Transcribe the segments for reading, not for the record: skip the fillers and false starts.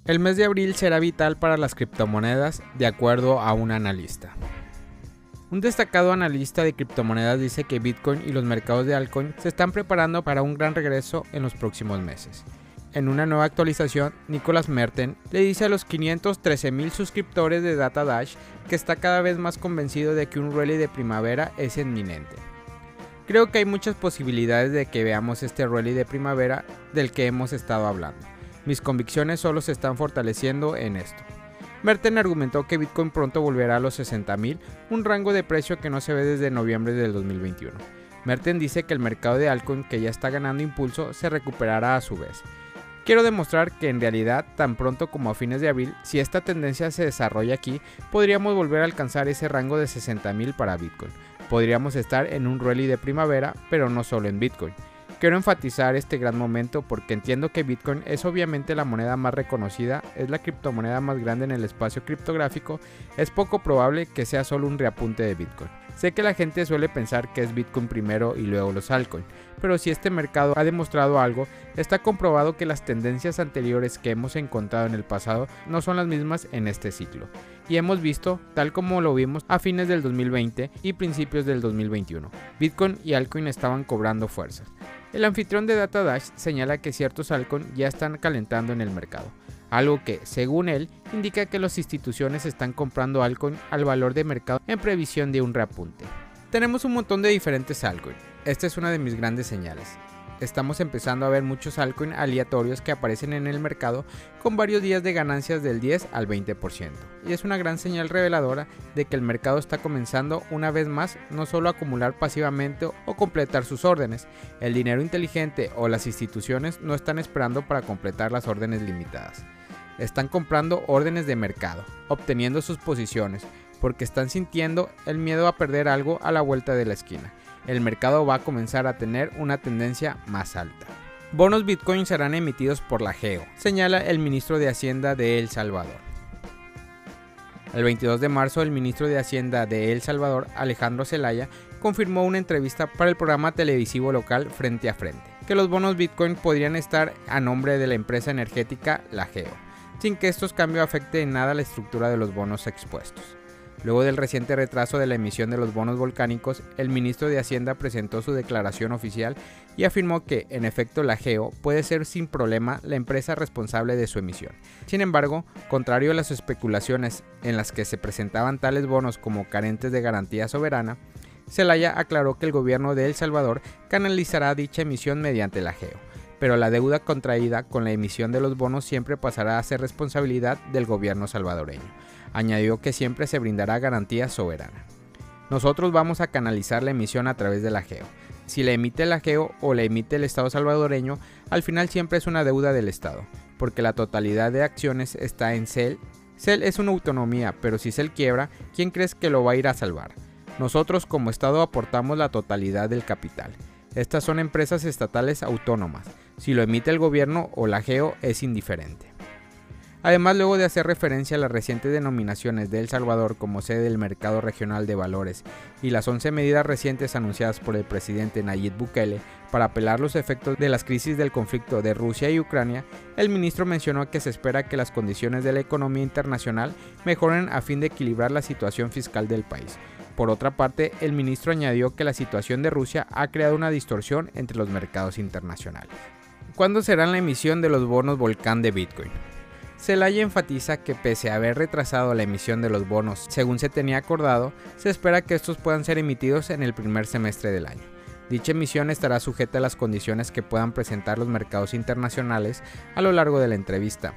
El mes de abril será vital para las criptomonedas, de acuerdo a un analista. Un destacado analista de criptomonedas dice que Bitcoin y los mercados de altcoin se están preparando para un gran regreso en los próximos meses. En una nueva actualización, Nicholas Merten le dice a los 513,000 suscriptores de DataDash que está cada vez más convencido de que un rally de primavera es inminente. Creo que hay muchas posibilidades de que veamos este rally de primavera del que hemos estado hablando. Mis convicciones solo se están fortaleciendo en esto. Merten argumentó que Bitcoin pronto volverá a los 60,000, un rango de precio que no se ve desde noviembre del 2021. Merten dice que el mercado de altcoin, que ya está ganando impulso, se recuperará a su vez. Quiero demostrar que en realidad, tan pronto como a fines de abril, si esta tendencia se desarrolla aquí, podríamos volver a alcanzar ese rango de 60,000 para Bitcoin. Podríamos estar en un rally de primavera, pero no solo en Bitcoin. Quiero enfatizar este gran momento porque entiendo que Bitcoin es obviamente la moneda más reconocida, es la criptomoneda más grande en el espacio criptográfico, es poco probable que sea solo un reapunte de Bitcoin. Sé que la gente suele pensar que es Bitcoin primero y luego los altcoins, pero si este mercado ha demostrado algo, está comprobado que las tendencias anteriores que hemos encontrado en el pasado no son las mismas en este ciclo. Y hemos visto, tal como lo vimos a fines del 2020 y principios del 2021, Bitcoin y altcoin estaban cobrando fuerzas. El anfitrión de DataDash señala que ciertos altcoins ya están calentando en el mercado, algo que, según él, indica que las instituciones están comprando altcoin al valor de mercado en previsión de un reapunte. Tenemos un montón de diferentes altcoins. Esta es una de mis grandes señales. Estamos empezando a ver muchos altcoins aleatorios que aparecen en el mercado con varios días de ganancias del 10 al 20%. Y es una gran señal reveladora de que el mercado está comenzando una vez más no solo a acumular pasivamente o completar sus órdenes. El dinero inteligente o las instituciones no están esperando para completar las órdenes limitadas. Están comprando órdenes de mercado, obteniendo sus posiciones, porque están sintiendo el miedo a perder algo a la vuelta de la esquina. El mercado va a comenzar a tener una tendencia más alta. Bonos Bitcoin serán emitidos por la GEO, señala el ministro de Hacienda de El Salvador. El 22 de marzo, el ministro de Hacienda de El Salvador, Alejandro Zelaya, confirmó una entrevista para el programa televisivo local Frente a Frente, que los bonos Bitcoin podrían estar a nombre de la empresa energética La GEO, sin que estos cambios afecten en nada la estructura de los bonos expuestos. Luego del reciente retraso de la emisión de los bonos volcánicos, el ministro de Hacienda presentó su declaración oficial y afirmó que, en efecto, la GEO puede ser sin problema la empresa responsable de su emisión. Sin embargo, contrario a las especulaciones en las que se presentaban tales bonos como carentes de garantía soberana, Zelaya aclaró que el gobierno de El Salvador canalizará dicha emisión mediante la GEO, pero la deuda contraída con la emisión de los bonos siempre pasará a ser responsabilidad del gobierno salvadoreño. Añadió que siempre se brindará garantía soberana. Nosotros vamos a canalizar la emisión a través de la GEO. Si la emite la GEO o la emite el Estado salvadoreño, al final siempre es una deuda del Estado, porque la totalidad de acciones está en CEL. CEL es una autonomía, pero si CEL quiebra, ¿quién crees que lo va a ir a salvar? Nosotros como Estado aportamos la totalidad del capital. Estas son empresas estatales autónomas. Si lo emite el gobierno o la GEO es indiferente. Además, luego de hacer referencia a las recientes denominaciones de El Salvador como sede del mercado regional de valores y las 11 medidas recientes anunciadas por el presidente Nayib Bukele para apelar los efectos de las crisis del conflicto de Rusia y Ucrania, el ministro mencionó que se espera que las condiciones de la economía internacional mejoren a fin de equilibrar la situación fiscal del país. Por otra parte, el ministro añadió que la situación de Rusia ha creado una distorsión entre los mercados internacionales. ¿Cuándo será la emisión de los bonos Volcán de Bitcoin? Zelaya enfatiza que pese a haber retrasado la emisión de los bonos según se tenía acordado, se espera que estos puedan ser emitidos en el primer semestre del año. Dicha emisión estará sujeta a las condiciones que puedan presentar los mercados internacionales a lo largo de la entrevista.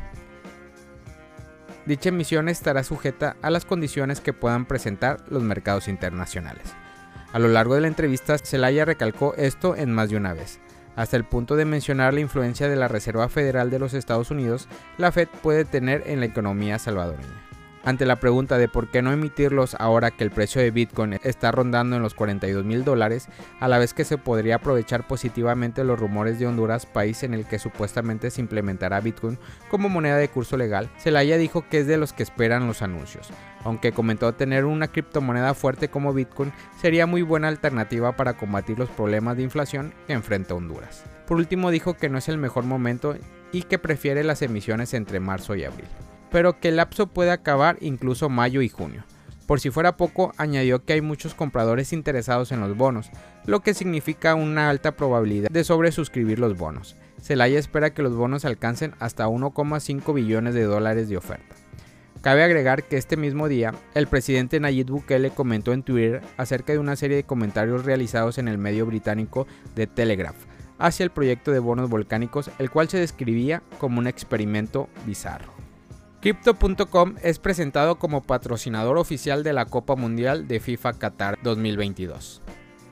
Dicha emisión estará sujeta a las condiciones que puedan presentar los mercados internacionales. A lo largo de la entrevista, Zelaya recalcó esto en más de una vez, hasta el punto de mencionar la influencia de la Reserva Federal de los Estados Unidos, la Fed, puede tener en la economía salvadoreña. Ante la pregunta de por qué no emitirlos ahora que el precio de Bitcoin está rondando en los $42,000, a la vez que se podría aprovechar positivamente los rumores de Honduras, país en el que supuestamente se implementará Bitcoin como moneda de curso legal, Zelaya dijo que es de los que esperan los anuncios, aunque comentó tener una criptomoneda fuerte como Bitcoin sería muy buena alternativa para combatir los problemas de inflación que enfrenta Honduras. Por último, dijo que no es el mejor momento y que prefiere las emisiones entre marzo y abril, pero que el lapso puede acabar incluso mayo y junio. Por si fuera poco, añadió que hay muchos compradores interesados en los bonos, lo que significa una alta probabilidad de sobresuscribir los bonos. Zelaya espera que los bonos alcancen hasta $1,5 billones de oferta. Cabe agregar que este mismo día, el presidente Nayib Bukele comentó en Twitter acerca de una serie de comentarios realizados en el medio británico The Telegraph hacia el proyecto de bonos volcánicos, el cual se describía como un experimento bizarro. Crypto.com es presentado como patrocinador oficial de la Copa Mundial de FIFA Qatar 2022.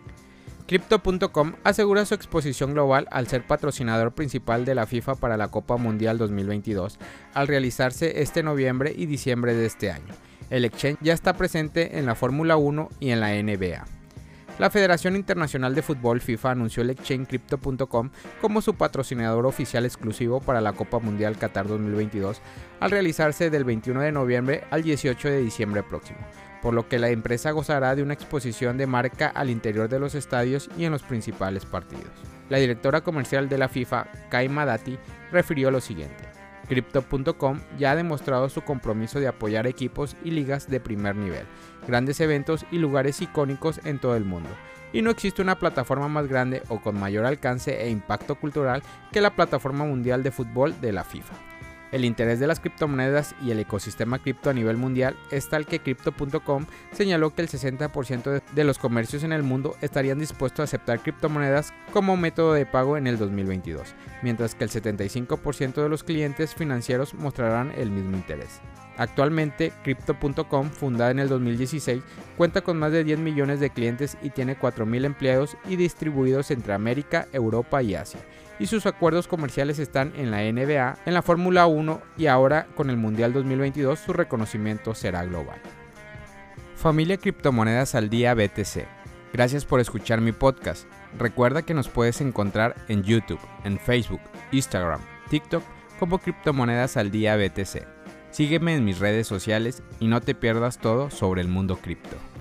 Crypto.com asegura su exposición global al ser patrocinador principal de la FIFA para la Copa Mundial 2022, al realizarse este noviembre y diciembre de este año. El exchange ya está presente en la Fórmula 1 y en la NBA. La Federación Internacional de Fútbol FIFA anunció el exchange Crypto.com como su patrocinador oficial exclusivo para la Copa Mundial Qatar 2022 al realizarse del 21 de noviembre al 18 de diciembre próximo, por lo que la empresa gozará de una exposición de marca al interior de los estadios y en los principales partidos. La directora comercial de la FIFA, Kaima Dati, refirió lo siguiente: Crypto.com ya ha demostrado su compromiso de apoyar equipos y ligas de primer nivel, grandes eventos y lugares icónicos en todo el mundo, y no existe una plataforma más grande o con mayor alcance e impacto cultural que la plataforma mundial de fútbol de la FIFA. El interés de las criptomonedas y el ecosistema cripto a nivel mundial es tal que Crypto.com señaló que el 60% de los comercios en el mundo estarían dispuestos a aceptar criptomonedas como método de pago en el 2022, mientras que el 75% de los clientes financieros mostrarán el mismo interés. Actualmente, Crypto.com, fundada en el 2016, cuenta con más de 10 millones de clientes y tiene 4,000 empleados y distribuidos entre América, Europa y Asia. Y sus acuerdos comerciales están en la NBA, en la Fórmula 1 y ahora con el Mundial 2022 su reconocimiento será global. Familia Criptomonedas al Día BTC. Gracias por escuchar mi podcast. Recuerda que nos puedes encontrar en YouTube, en Facebook, Instagram, TikTok como Criptomonedas al Día BTC. Sígueme en mis redes sociales y no te pierdas todo sobre el mundo cripto.